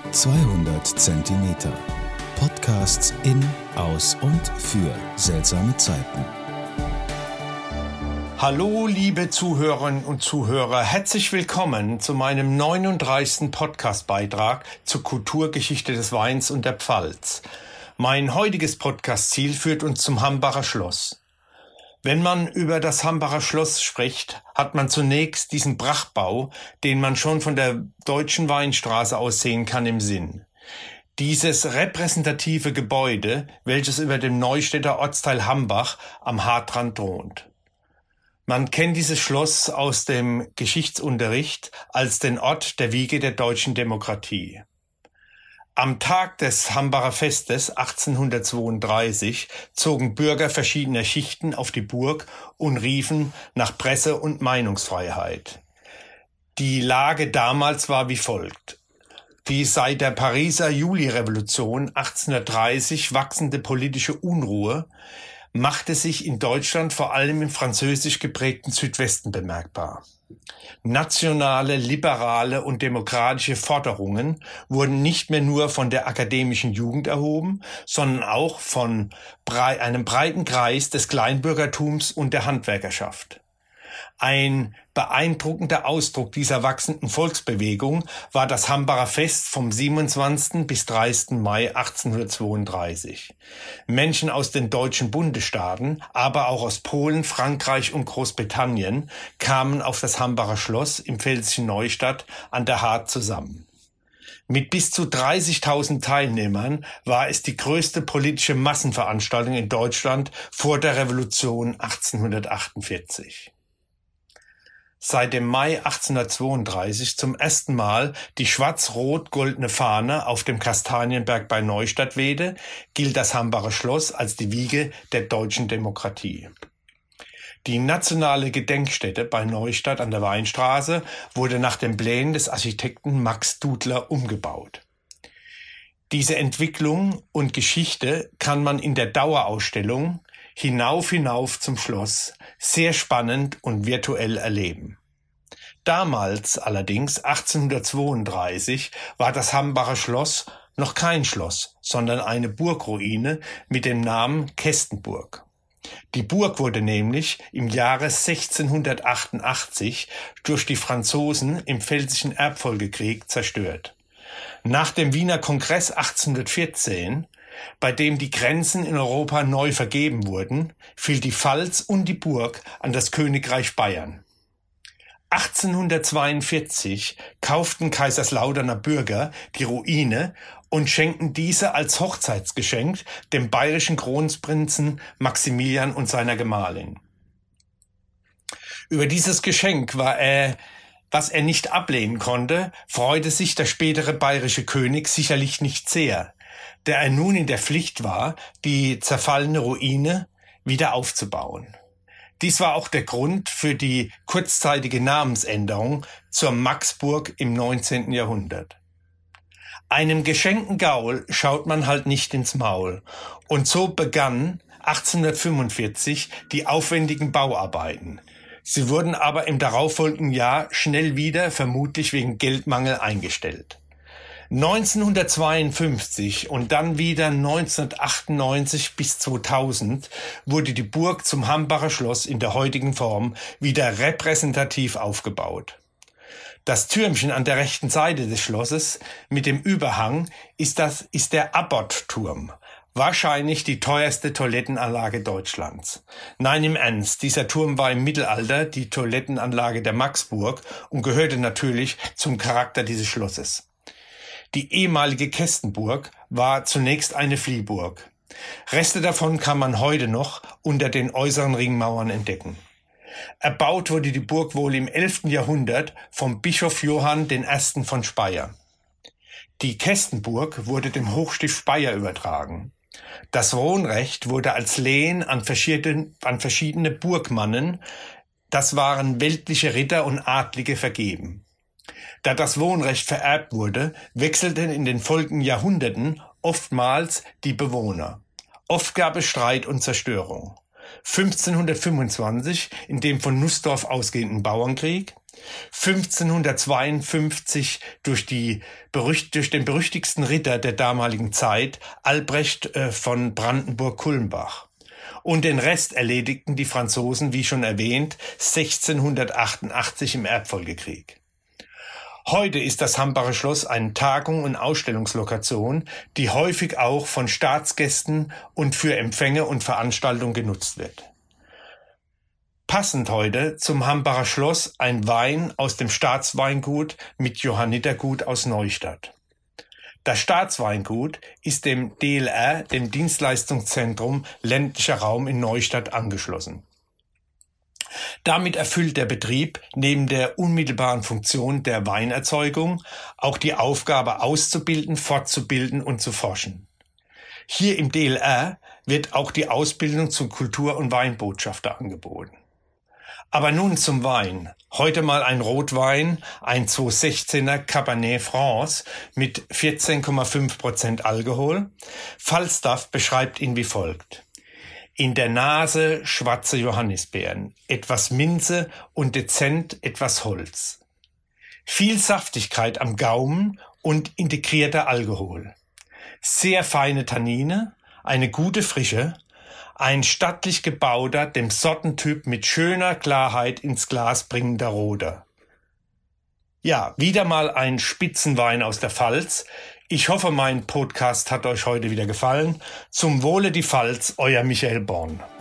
200 Zentimeter. Podcasts in, aus und für seltsame Zeiten. Hallo liebe Zuhörerinnen und Zuhörer, herzlich willkommen zu meinem 39. Podcastbeitrag zur Kulturgeschichte des Weins und der Pfalz. Mein heutiges Podcastziel führt uns zum Hambacher Schloss. Wenn man über das Hambacher Schloss spricht, hat man zunächst diesen Prachtbau, den man schon von der Deutschen Weinstraße aus sehen kann, im Sinn. Dieses repräsentative Gebäude, welches über dem Neustädter Ortsteil Hambach am Hartrand thront. Man kennt dieses Schloss aus dem Geschichtsunterricht als den Ort der Wiege der deutschen Demokratie. Am Tag des Hambacher Festes 1832 zogen Bürger verschiedener Schichten auf die Burg und riefen nach Presse- und Meinungsfreiheit. Die Lage damals war wie folgt. Die seit der Pariser Julirevolution 1830 wachsende politische Unruhe machte sich in Deutschland vor allem im französisch geprägten Südwesten bemerkbar. Nationale, liberale und demokratische Forderungen wurden nicht mehr nur von der akademischen Jugend erhoben, sondern auch von einem breiten Kreis des Kleinbürgertums und der Handwerkerschaft. Ein beeindruckender Ausdruck dieser wachsenden Volksbewegung war das Hambacher Fest vom 27. bis 30. Mai 1832. Menschen aus den deutschen Bundesstaaten, aber auch aus Polen, Frankreich und Großbritannien kamen auf das Hambacher Schloss im pfälzischen Neustadt an der Hart zusammen. Mit bis zu 30.000 Teilnehmern war es die größte politische Massenveranstaltung in Deutschland vor der Revolution 1848. Seit dem Mai 1832 zum ersten Mal die schwarz-rot-goldene Fahne auf dem Kastanienberg bei Neustadt wehte, gilt das Hambacher Schloss als die Wiege der deutschen Demokratie. Die nationale Gedenkstätte bei Neustadt an der Weinstraße wurde nach den Plänen des Architekten Max Dudler umgebaut. Diese Entwicklung und Geschichte kann man in der Dauerausstellung Hinauf zum Schloss sehr spannend und virtuell erleben. Damals allerdings, 1832, war das Hambacher Schloss noch kein Schloss, sondern eine Burgruine mit dem Namen Kestenburg. Die Burg wurde nämlich im Jahre 1688 durch die Franzosen im Pfälzischen Erbfolgekrieg zerstört. Nach dem Wiener Kongress 1814, bei dem die Grenzen in Europa neu vergeben wurden, fiel die Pfalz und die Burg an das Königreich Bayern. 1842 kauften Kaiserslauterner Bürger die Ruine und schenkten diese als Hochzeitsgeschenk dem bayerischen Kronprinzen Maximilian und seiner Gemahlin. Über dieses Geschenk was er nicht ablehnen konnte, freute sich der spätere bayerische König sicherlich nicht sehr, der er nun in der Pflicht war, die zerfallene Ruine wieder aufzubauen. Dies war auch der Grund für die kurzzeitige Namensänderung zur Maxburg im 19. Jahrhundert. Einem geschenkten Gaul schaut man halt nicht ins Maul. Und so begann 1845 die aufwendigen Bauarbeiten. Sie wurden aber im darauffolgenden Jahr schnell wieder, vermutlich wegen Geldmangel, eingestellt. 1952 und dann wieder 1998 bis 2000 wurde die Burg zum Hambacher Schloss in der heutigen Form wieder repräsentativ aufgebaut. Das Türmchen an der rechten Seite des Schlosses mit dem Überhang ist der Abbott-Turm. Wahrscheinlich die teuerste Toilettenanlage Deutschlands. Nein, im Ernst, dieser Turm war im Mittelalter die Toilettenanlage der Maxburg und gehörte natürlich zum Charakter dieses Schlosses. Die ehemalige Kestenburg war zunächst eine Fliehburg. Reste davon kann man heute noch unter den äußeren Ringmauern entdecken. Erbaut wurde die Burg wohl im 11. Jahrhundert vom Bischof Johann I. von Speyer. Die Kestenburg wurde dem Hochstift Speyer übertragen. Das Wohnrecht wurde als Lehen an verschiedene Burgmannen, das waren weltliche Ritter und Adlige, vergeben. Da das Wohnrecht vererbt wurde, wechselten in den folgenden Jahrhunderten oftmals die Bewohner. Oft gab es Streit und Zerstörung. 1525 in dem von Nussdorf ausgehenden Bauernkrieg, 1552 durch den berüchtigsten Ritter der damaligen Zeit, Albrecht von Brandenburg-Kulmbach. Und den Rest erledigten die Franzosen, wie schon erwähnt, 1688 im Erbfolgekrieg. Heute ist das Hambacher Schloss eine Tagung- und Ausstellungslokation, die häufig auch von Staatsgästen und für Empfänge und Veranstaltungen genutzt wird. Passend heute zum Hambacher Schloss ein Wein aus dem Staatsweingut mit Johannitergut aus Neustadt. Das Staatsweingut ist dem DLR, dem Dienstleistungszentrum ländlicher Raum in Neustadt, angeschlossen. Damit erfüllt der Betrieb neben der unmittelbaren Funktion der Weinerzeugung auch die Aufgabe auszubilden, fortzubilden und zu forschen. Hier im DLR wird auch die Ausbildung zum Kultur- und Weinbotschafter angeboten. Aber nun zum Wein. Heute mal ein Rotwein, ein 2016er Cabernet France mit 14,5% Alkohol. Falstaff beschreibt ihn wie folgt: In der Nase schwarze Johannisbeeren, etwas Minze und dezent etwas Holz. Viel Saftigkeit am Gaumen und integrierter Alkohol. Sehr feine Tannine, eine gute Frische, ein stattlich gebauter, dem Sortentyp mit schöner Klarheit ins Glas bringender Roder. Ja, wieder mal ein Spitzenwein aus der Pfalz. Ich hoffe, mein Podcast hat euch heute wieder gefallen. Zum Wohle die Pfalz, euer Michael Born.